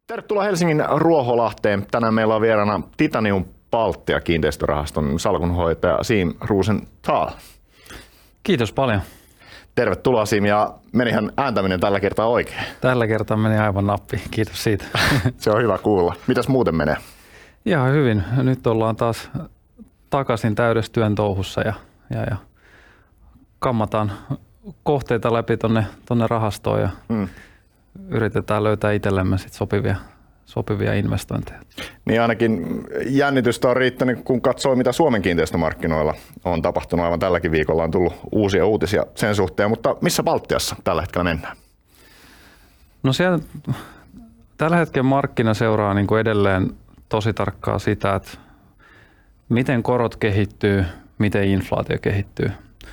Tervetuloa Helsingin Ruoholahteen. Tänään meillä on vieraana Titanium Baltia kiinteistörahaston salkunhoitaja Siim Rosenthal. Kiitos paljon. Tervetuloa Siim, ja menihän ääntäminen tällä kertaa oikein? Tällä kertaa meni aivan nappi. Kiitos siitä. Se on hyvä kuulla. Mitäs muuten menee? Ihan hyvin. Nyt ollaan taas takaisin täydessä työn touhussa ja kammataan kohteita läpi tonne rahastoon ja yritetään löytää itsellemme sit sopivia investointeja. Niin ainakin jännitystä on riittänyt, kun katsoo mitä Suomen kiinteistömarkkinoilla on tapahtunut. Aivan tälläkin viikolla on tullut uusia uutisia sen suhteen, mutta missä Baltiassa tällä hetkellä mennään? No siellä tällä hetkellä markkina seuraa niin kuin edelleen tosi tarkkaa sitä, että miten korot kehittyy, miten inflaatio kehittyy.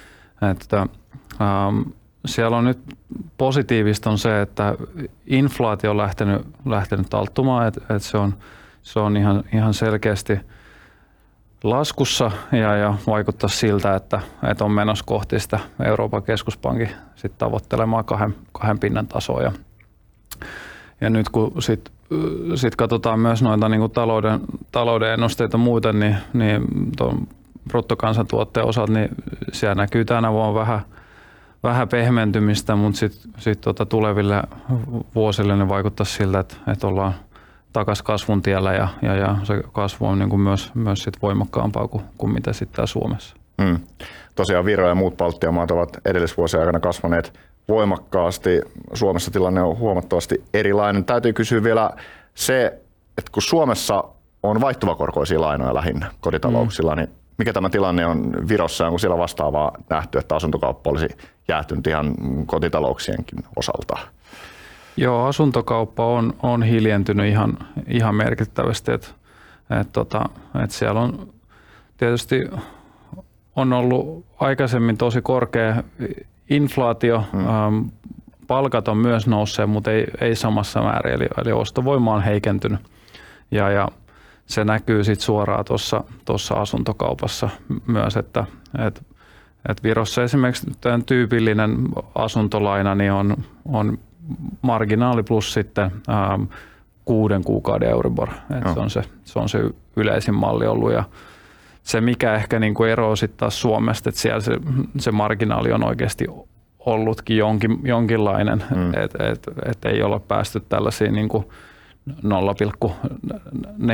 Siellä on nyt positiivista on se, että inflaatio on lähtenyt talttumaan, että se on ihan selkeästi laskussa ja vaikuttaa siltä, että on menossa kohti sitä Euroopan keskuspankin sit tavoittelemaan kahden pinnan tasoa. Ja nyt kun sit katsotaan myös noita niin kuin talouden ennusteita muita, niin tuon bruttokansantuotteen osalta, niin siellä näkyy tänä vuonna vähän pehmentymistä, mutta sitten tuleville vuosille ne vaikuttaa siltä, että ollaan takaisin kasvun tiellä ja se kasvu on niin kuin myös sit voimakkaampaa kuin mitä sitten täällä Suomessa. Tosiaan Viro ja muut Baltian maat ovat edellisvuosien aikana kasvaneet voimakkaasti. Suomessa tilanne on huomattavasti erilainen. Täytyy kysyä vielä se, että kun Suomessa on vaihtuvakorkoisia lainoja lähinnä kotitalouksilla, niin mikä tämä tilanne on Virossa? Onko siellä vastaavaa nähty, että asuntokauppa olisi jäähtynyt ihan kotitalouksienkin osalta? Joo, asuntokauppa on hiljentynyt ihan merkittävästi. Että siellä on tietysti on ollut aikaisemmin tosi korkea inflaatio. Palkat on myös nousseet, mutta ei samassa määrin. Eli ostovoima on heikentynyt. Ja se näkyy sit suoraan tuossa asuntokaupassa myös, että Virossa esimerkiksi tämän tyypillinen asuntolaina niin on marginaali plus sitten 6 kuukauden Euribor. Se on se yleisin malli ollut. Ja se mikä ehkä niin kuin eroaa sitten taas Suomesta, että siellä se marginaali on oikeasti ollutkin jonkinlainen, että ei olla päästy tällaisiin niin kuin 0,4-0,5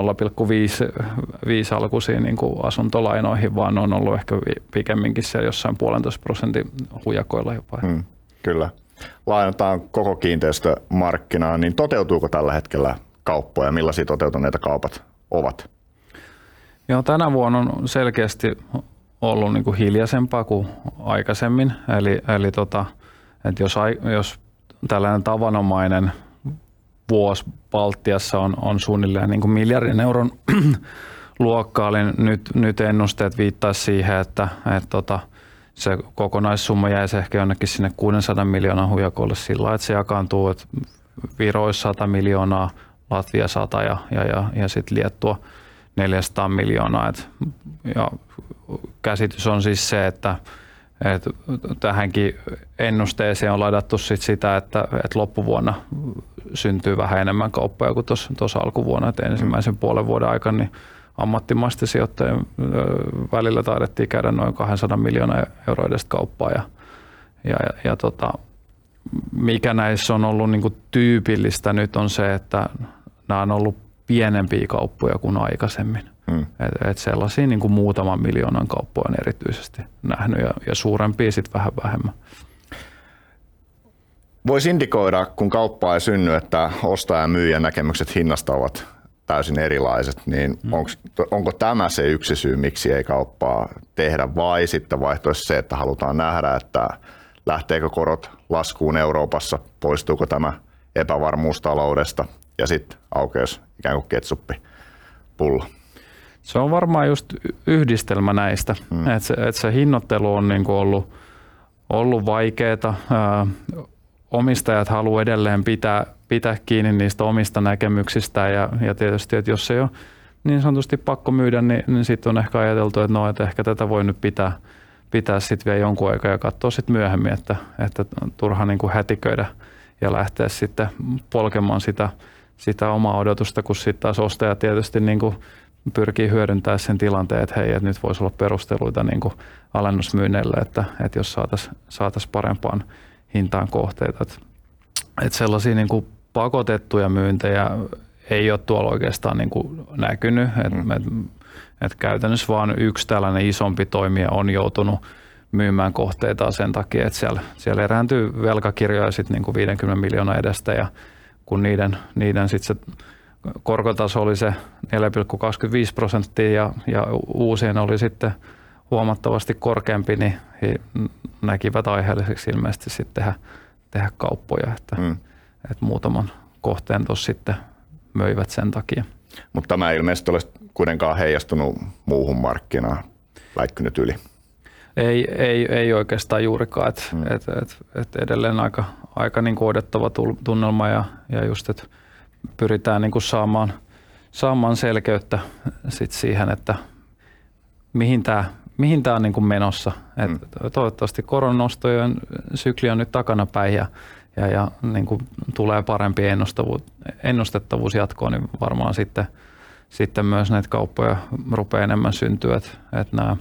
alkuisiin niin kuin asuntolainoihin, vaan on ollut ehkä pikemminkin siellä jossain 1,5% hujakoilla jopa. Kyllä. Lainataan koko kiinteistömarkkinaa, niin toteutuuko tällä hetkellä kauppoja? Millaisia toteutuneita kaupat ovat? Joo, tänä vuonna on selkeästi ollut niin kuin hiljaisempaa kuin aikaisemmin. Eli että jos tällainen tavanomainen vuosi Baltiassa on suunnilleen niin kuin miljardin euron luokkaa, niin nyt ennusteet viittaa siihen, että se kokonaissumma jäisi ehkä jonnekin sinne 600 miljoonaa hujakolle sillä, että se jakaantuu, että Viro 100 miljoonaa, Latvia 100 ja sitten Liettua 400 miljoonaa. Ja käsitys on siis se, että tähänkin ennusteeseen on ladattu sitä, että loppuvuonna syntyy vähän enemmän kauppoja kuin tuossa alkuvuonna. Että ensimmäisen puolen vuoden aikana niin ammattimaisten sijoittajien välillä taidettiin käydä noin 200 miljoonaa euroa edestä kauppaa. Mikä näissä on ollut niin kuin tyypillistä nyt on se, että nämä on ollut pienempiä kauppoja kuin aikaisemmin. Et sellaisia niin kuin muutaman miljoonan kauppoja on erityisesti nähnyt ja suurempia sitten vähän vähemmän. Voisi indikoida, kun kauppaa ei synny, että ostaja ja myyjän näkemykset hinnasta ovat täysin erilaiset, niin onko tämä se yksi syy, miksi ei kauppaa tehdä, vai sitten vaihtoehtoisesti se, että halutaan nähdä, että lähteekö korot laskuun Euroopassa, poistuuko tämä epävarmuus taloudesta ja sitten aukeus ikään kuin ketsuppipullo? Se on varmaan just yhdistelmä näistä, että se hinnoittelu on niin kuin ollut vaikeaa. Omistajat haluaa edelleen pitää kiinni niistä omista näkemyksistä ja tietysti, että jos ei ole niin sanotusti pakko myydä, niin sitten on ehkä ajateltu, että ehkä tätä voi nyt pitää sitten vielä jonkun aikaa ja katsoa sitten myöhemmin, että turha niin kuin hätiköidä ja lähteä sitten polkemaan sitä omaa odotusta, kun sitten taas ostaja tietysti niin kuin pyrkii hyödyntämään sen tilanteen, että hei, että nyt voisi olla perusteluita niin kuin alennusmyynneille, että jos saataisiin parempaan hintaan kohteita. Että sellaisia niin kuin pakotettuja myyntejä ei ole tuolla oikeastaan niin kuin näkynyt. Että käytännössä vaan yksi tällainen isompi toimija on joutunut myymään kohteitaan sen takia, että siellä erääntyy velkakirjoja sitten niin kuin 50 miljoonaa edestä ja kun niiden sitten se korkotaso oli se 4,25% ja uusien oli sitten huomattavasti korkeampi, niin he näkivät aiheelliseksi ilmeisesti sitten tehdä kauppoja, että muutaman kohteen tuossa sitten möivät sen takia. Mutta tämä ei ilmeisesti ole kuitenkaan heijastunut muuhun markkinaan, läikkynyt yli. Ei oikeastaan juurikaan, että edelleen aika niin kuin odottava tunnelma ja just, että pyritään niin kuin saamaan selkeyttä sit siihen, että mihin tämä on niin kuin menossa. Toivottavasti koronnostojen sykli on nyt takanapäin ja niin kuin tulee parempi ennustettavuus jatkoon, niin varmaan sitten myös näitä kauppoja rupeaa enemmän syntyä, että nämä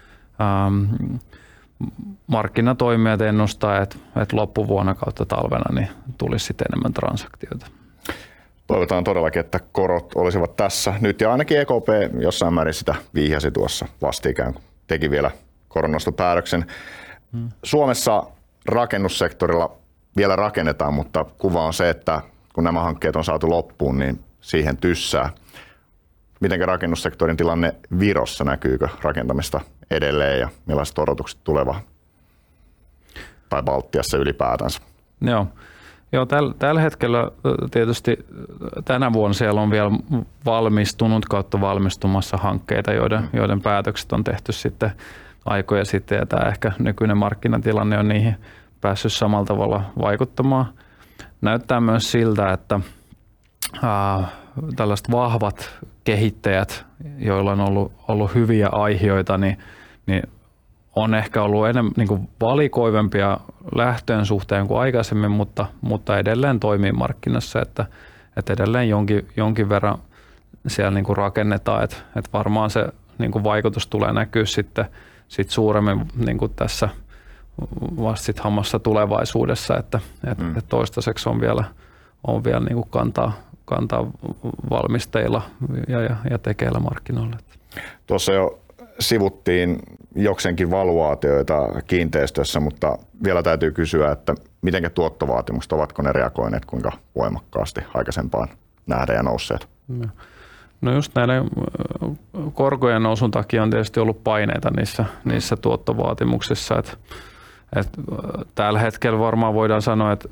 markkinatoimijat ennustaa, että loppuvuonna kautta talvena niin tulisi sitten enemmän transaktioita. Toivotaan todellakin, että korot olisivat tässä nyt ja ainakin EKP jossain määrin sitä viihjasi tuossa vastikään, kun teki vielä koronnostopäätöksen. Suomessa rakennussektorilla vielä rakennetaan, mutta kuva on se, että kun nämä hankkeet on saatu loppuun, niin siihen tyssää. Miten rakennussektorin tilanne Virossa, näkyykö rakentamista edelleen ja millaiset odotukset tulevaan tai Baltiassa ylipäätänsä? Joo, tällä hetkellä tietysti tänä vuonna siellä on vielä valmistunut kautta valmistumassa hankkeita, joiden päätökset on tehty sitten aikoja sitten ja tämä ehkä nykyinen markkinatilanne on niihin päässyt samalla tavalla vaikuttamaan. Näyttää myös siltä, että tällaiset vahvat kehittäjät, joilla on ollut hyviä aiheita, niin on ehkä ollut enemmän niin kuin valikoivempia lähtöön suhteen kuin aikaisemmin, mutta edelleen toimii markkinassa, että edelleen jonkin verran siellä niin kuin rakennetaan, että varmaan se niin kuin vaikutus tulee näkyä sitten suuremmin niin kuin tässä vasta sit hammassa tulevaisuudessa, että toistaiseksi on vielä niin kuin kantaa valmisteilla ja tekeillä markkinoilla. Tuossa jo sivuttiin jokseenkin valuaatioita kiinteistössä, mutta vielä täytyy kysyä, että miten tuottovaatimukset, ovatko ne reagoineet kuinka voimakkaasti aikaisempaan nähden ja nousseet? No just näiden korkojen nousun takia on tietysti ollut paineita niissä tuottovaatimuksissa. että tällä hetkellä varmaan voidaan sanoa, että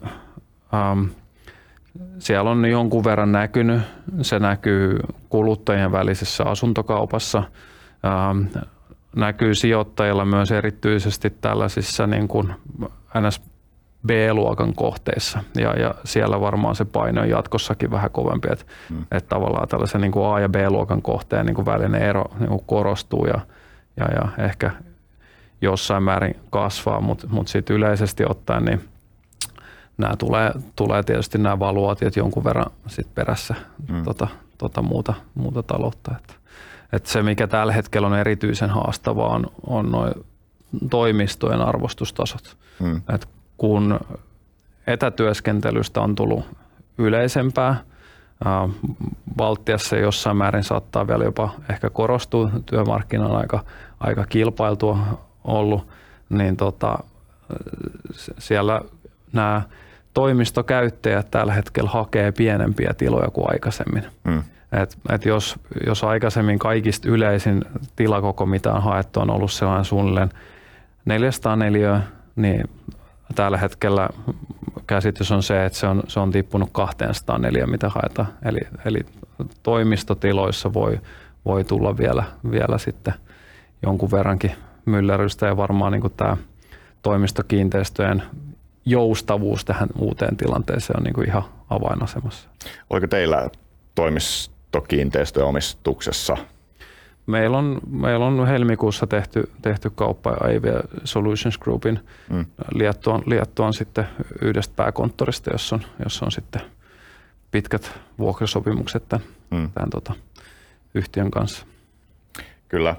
siellä on jonkun verran näkynyt. Se näkyy kuluttajien välisessä asuntokaupassa. Näkyy sijoittajilla myös erityisesti tällaisissa niin kuin NS B-luokan kohteissa ja siellä varmaan se paine on jatkossakin vähän kovempi, että tavallaan tällaisen niin kuin A- ja B-luokan kohteen niin kuin välinen ero niin kuin korostuu ja ehkä jossain määrin kasvaa, mutta sitten yleisesti ottaen niin nämä tulee tietysti nämä valuaatiot jonkun verran sit perässä muuta taloutta. Että se, mikä tällä hetkellä on erityisen haastavaa, on noin toimistojen arvostustasot. Et kun etätyöskentelystä on tullut yleisempää, Baltiassa jossain määrin saattaa vielä jopa ehkä korostua, työmarkkina on aika kilpailtua ollut, niin siellä nämä toimistokäyttäjät tällä hetkellä hakee pienempiä tiloja kuin aikaisemmin. Jos aikaisemmin kaikista yleisin tilakoko, mitä on haettu, on ollut sellainen suunnilleen 400 neliöä, niin tällä hetkellä käsitys on se, että se on tippunut 200 neliöä, mitä haetaan. Eli toimistotiloissa voi tulla vielä sitten jonkun verrankin myllerrystä ja varmaan niin kuin tämä toimistokiinteistöjen joustavuus tähän uuteen tilanteeseen on niin kuin ihan avainasemassa. Oliko teillä toimistokiinteistöjen omistuksessa? Meillä on helmikuussa tehty kauppa Aivia Solutions Groupin Liettuan sitten yhdestä pääkonttorista, jossa on sitten pitkät vuokrasopimukset tämän yhtiön kanssa. Kyllä.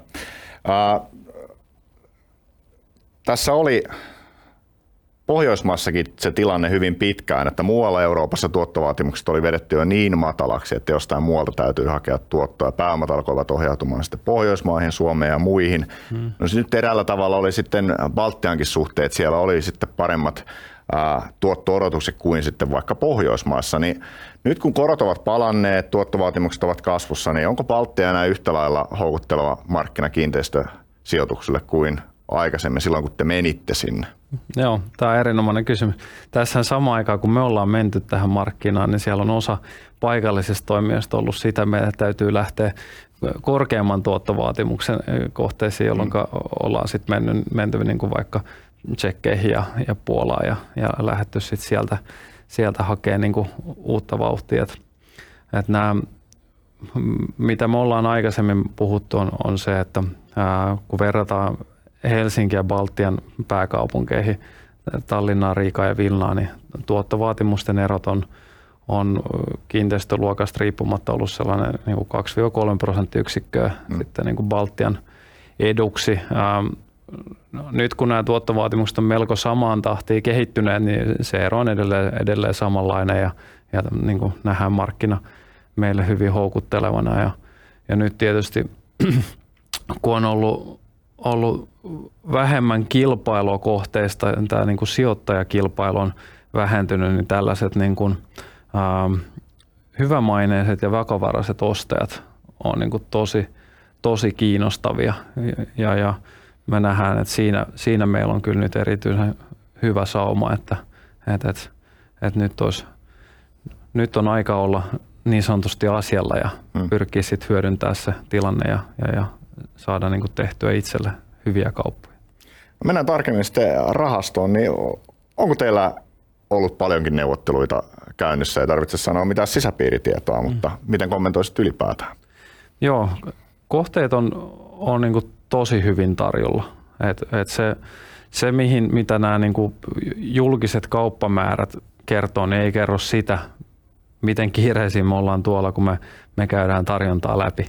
Tässä oli Pohjoismaissakin se tilanne hyvin pitkään, että muualla Euroopassa tuottovaatimukset oli vedetty jo niin matalaksi, että jostain muualta täytyy hakea tuottoa. Pääomat alkoivat ohjautumaan sitten Pohjoismaihin, Suomeen ja muihin. No nyt eräällä tavalla oli sitten Baltiankin suhteet, siellä oli sitten paremmat tuotto-odotukset kuin sitten vaikka Pohjoismaissa. Niin nyt kun korot ovat palanneet, tuottovaatimukset ovat kasvussa, niin onko Baltia enää yhtä lailla houkutteleva markkina kiinteistösijoitukselle kuin aikaisemmin silloin, kun te menitte sinne? Joo, tämä on erinomainen kysymys. Tässä samaan aikaan, kun me ollaan menty tähän markkinaan, niin siellä on osa paikallisista toimijoista ollut sitä, että meidän täytyy lähteä korkeamman tuottovaatimuksen kohteisiin, jolloin ollaan sitten menty niin kuin vaikka Tšekkeihin ja Puolaan ja lähdetty sitten sieltä hakemaan niin kuin uutta vauhtia. Että nämä, mitä me ollaan aikaisemmin puhuttu, on se, että kun verrataan Helsinki ja Baltian pääkaupunkeihin, Tallinnaan, Riikaan ja Vilnaan, niin tuottovaatimusten erot on kiinteistöluokasta riippumatta ollut sellainen niin kuin 2-3% sitten niin kuin Baltian eduksi. Nyt kun nämä tuottovaatimukset on melko samaan tahtiin kehittyneet, niin se ero on edelleen samanlainen ja niin kuin nähdään markkina meille hyvin houkuttelevana. Ja nyt tietysti kun on ollut vähemmän kilpailua kohteista, tämä niin kuin sijoittajakilpailu on vähentynyt, niin tällaiset niin kuin, hyvämaineiset ja vakavaraiset ostajat on niin kuin tosi kiinnostavia ja me nähdään, että siinä meillä on kyllä nyt erityisen hyvä sauma, että nyt on aika olla niin sanotusti asialla ja pyrkiä sitten hyödyntämään se tilanne ja saada niin kuin tehtyä itselle hyviä kauppoja. Mennään tarkemmin sitten rahastoon, niin onko teillä ollut paljonkin neuvotteluita käynnissä? Ei tarvitse sanoa mitään sisäpiiritietoa, mutta miten kommentoisit ylipäätään? Joo, kohteet on niin kuin tosi hyvin tarjolla. Se mitä nämä niin kuin julkiset kauppamäärät kertoo, niin ei kerro sitä, miten kiireisiin me ollaan tuolla, kun me käydään tarjontaa läpi.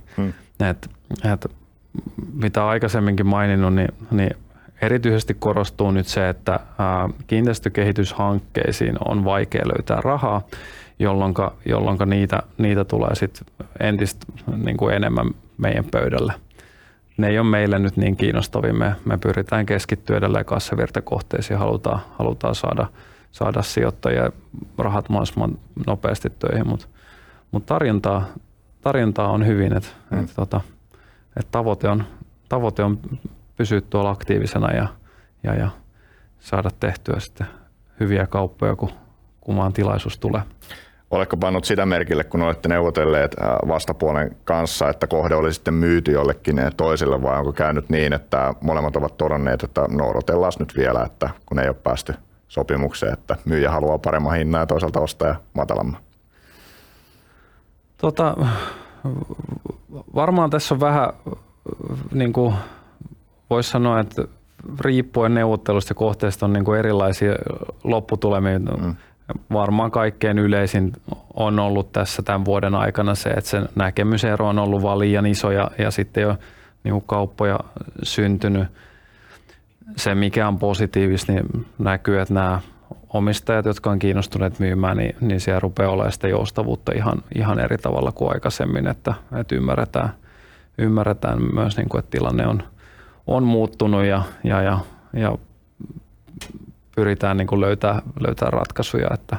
Mitä aikaisemminkin maininnut, niin erityisesti korostuu nyt se, että kiinteistökehityshankkeisiin on vaikea löytää rahaa, jolloin niitä tulee sit entistä niin kuin enemmän meidän pöydälle. Ne ei ole meille nyt niin kiinnostavia. Me pyritään keskittyä edelleen kassavirtakohteisiin ja halutaan saada sijoittajia rahat mahdollisimman nopeasti töihin, mutta tarjontaa on hyvin, että tavoite on pysyä tuolla aktiivisena ja saada tehtyä sitten hyviä kauppoja, kun vaan tilaisuus tulee. Oletko pannut sitä merkille, kun olette neuvotelleet vastapuolen kanssa, että kohde oli sitten myyty jollekin toiselle, vai onko käynyt niin, että molemmat ovat todenneet, että odotellaan nyt vielä, että kun ei ole päästy sopimukseen, että myyjä haluaa paremman hinnan ja toisaalta ostaja matalamman? Varmaan tässä on vähän, niin kuin voisi sanoa, että riippuen neuvottelusta ja kohteesta on niin kuin erilaisia lopputulemia. Varmaan kaikkein yleisin on ollut tässä tämän vuoden aikana se, että se näkemysero on ollut vaan liian iso ja sitten jo niin kuin kauppoja syntynyt. Se mikä on positiivista, niin näkyy, että nämä omistajat, jotka on kiinnostuneet myymään, niin siellä rupeaa olemaan sitä joustavuutta ihan eri tavalla kuin aikaisemmin, että ymmärretään myös, niin kuin, että tilanne on muuttunut ja pyritään niin kuin löytää ratkaisuja, että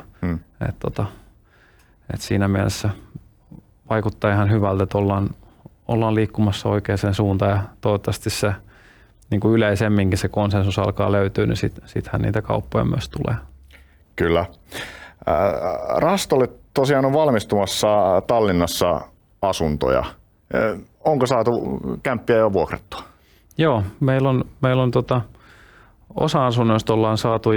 siinä mielessä vaikuttaa ihan hyvältä, että ollaan liikkumassa oikeaan suuntaan ja toivottavasti se niin kuin yleisemminkin se konsensus alkaa löytyä, niin sittenhän niitä kauppoja myös tulee. Kyllä. Rahastolle tosiaan on valmistumassa Tallinnassa asuntoja. Onko saatu kämppiä jo vuokrattua? Joo, meillä on osa asunnoista ollaan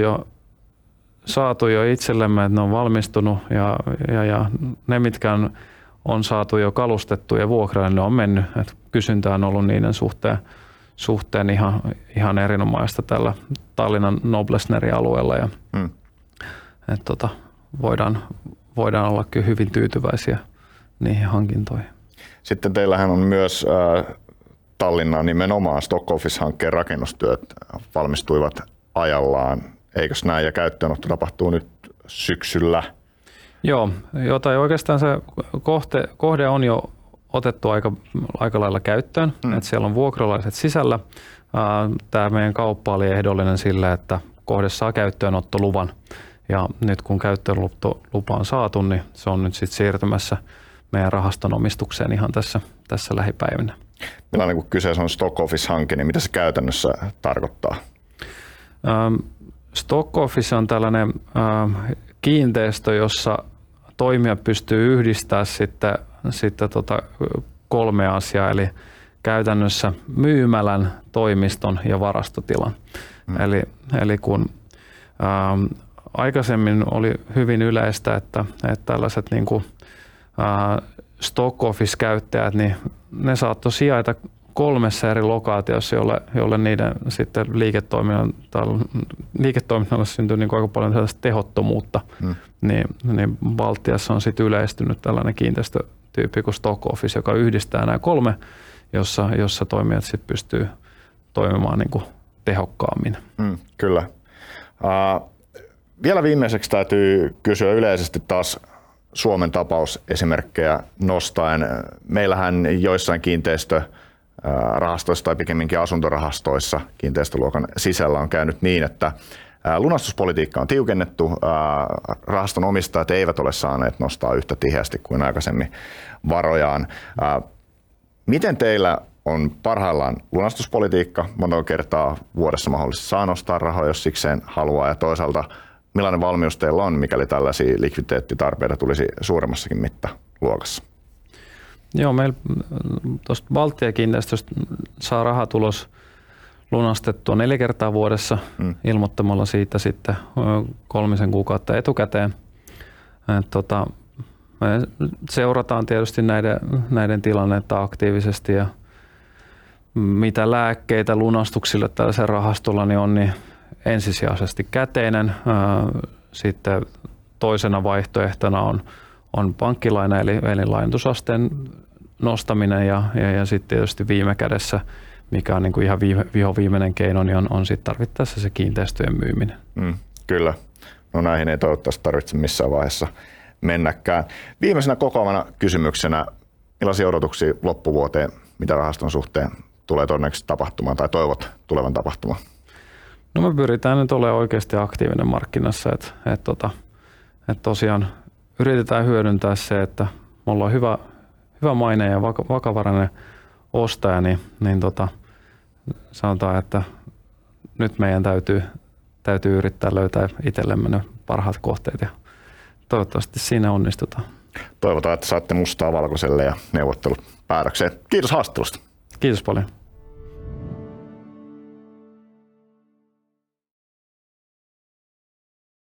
saatu jo itsellemme, että ne on valmistunut ja ne, mitkä on saatu jo kalustettua ja vuokraille, ne on mennyt. Että kysyntä on ollut niiden suhteen ihan erinomaista tällä Tallinnan Noblessnerin alueella ja voidaan voidaan olla kyllä hyvin tyytyväisiä niihin hankintoihin. Sitten teillähän on myös Tallinnaan nimenomaan Stock Office-hankkeen rakennustyöt valmistuivat ajallaan. Eikös näin, ja käyttöönotto tapahtuu nyt syksyllä? Joo, tai oikeastaan se kohde on jo otettu aika lailla käyttöön, että siellä on vuokralaiset sisällä. Tämä meidän kauppa oli ehdollinen sillä, että kohde saa käyttöönottoluvan, ja nyt kun käyttöönotolupa on saatu, niin se on nyt sitten siirtymässä meidän rahaston omistukseen ihan tässä lähipäivinä. Millainen kun kyseessä on Stock Office-hanke, niin mitä se käytännössä tarkoittaa? Stock Office on tällainen kiinteistö, jossa toimija pystyy yhdistämään sitten 3 asiaa, eli käytännössä myymälän, toimiston ja varastotilan. Eli kun aikaisemmin oli hyvin yleistä, että tällaiset niin kuin, Stock Office-käyttäjät, niin ne saattoi sijaita 3 eri lokaatiossa, jolle niiden sitten liiketoiminnalle syntyi niin aika paljon sellaista tehottomuutta. Niin Baltiassa on sitten yleistynyt tällainen kiinteistötyyppi kuin Stock Office, joka yhdistää nämä 3, jossa toimijat sitten pystyy toimimaan niin kuin tehokkaammin. Kyllä. Vielä viimeiseksi täytyy kysyä yleisesti taas Suomen tapausesimerkkejä nostaen. Meillähän joissain kiinteistörahastoissa tai pikemminkin asuntorahastoissa kiinteistöluokan sisällä on käynyt niin, että lunastuspolitiikka on tiukennettu, rahaston omistajat eivät ole saaneet nostaa yhtä tiheästi kuin aikaisemmin varojaan. Miten teillä on parhaillaan lunastuspolitiikka? Monta kertaa vuodessa mahdollisesti saa nostaa rahoja, jos sikseen haluaa, ja toisaalta millainen valmius teillä on, mikäli tällaisia likviditeettitarpeita tulisi suuremmassakin mittaluokassa? Joo, meillä tuosta Baltia-kiinteistöstä saa rahatulos lunastettua 4 kertaa vuodessa ilmoittamalla siitä sitten 3 kuukautta etukäteen. Me seurataan tietysti näiden tilannetta aktiivisesti, ja mitä lääkkeitä lunastuksille tällaisella rahastolla niin ensisijaisesti käteinen. Sitten toisena vaihtoehtona on pankkilaina eli lainoitusasteen nostaminen, ja sitten tietysti viime kädessä, mikä on niin kuin ihan vihoviimeinen keino, niin on sitten tarvittaessa se kiinteistöjen myyminen. Kyllä. No näihin ei toivottavasti tarvitse missään vaiheessa mennäkään. Viimeisenä kokoavana kysymyksenä, millaisia odotuksia loppuvuoteen, mitä rahaston suhteen tulee todennäköisesti tapahtumaan tai toivot tulevan tapahtumaan? No me pyritään nyt olemaan oikeasti aktiivinen markkinassa, että tosiaan yritetään hyödyntää se, että me ollaan hyvä maine ja vakavarainen ostaja, niin sanotaan, että nyt meidän täytyy yrittää löytää itsellemme ne parhaat kohteet, ja toivottavasti siinä onnistutaan. Toivotaan, että saatte mustaa valkoiselle ja neuvottelut päätökseen. Kiitos haastattelusta. Kiitos paljon.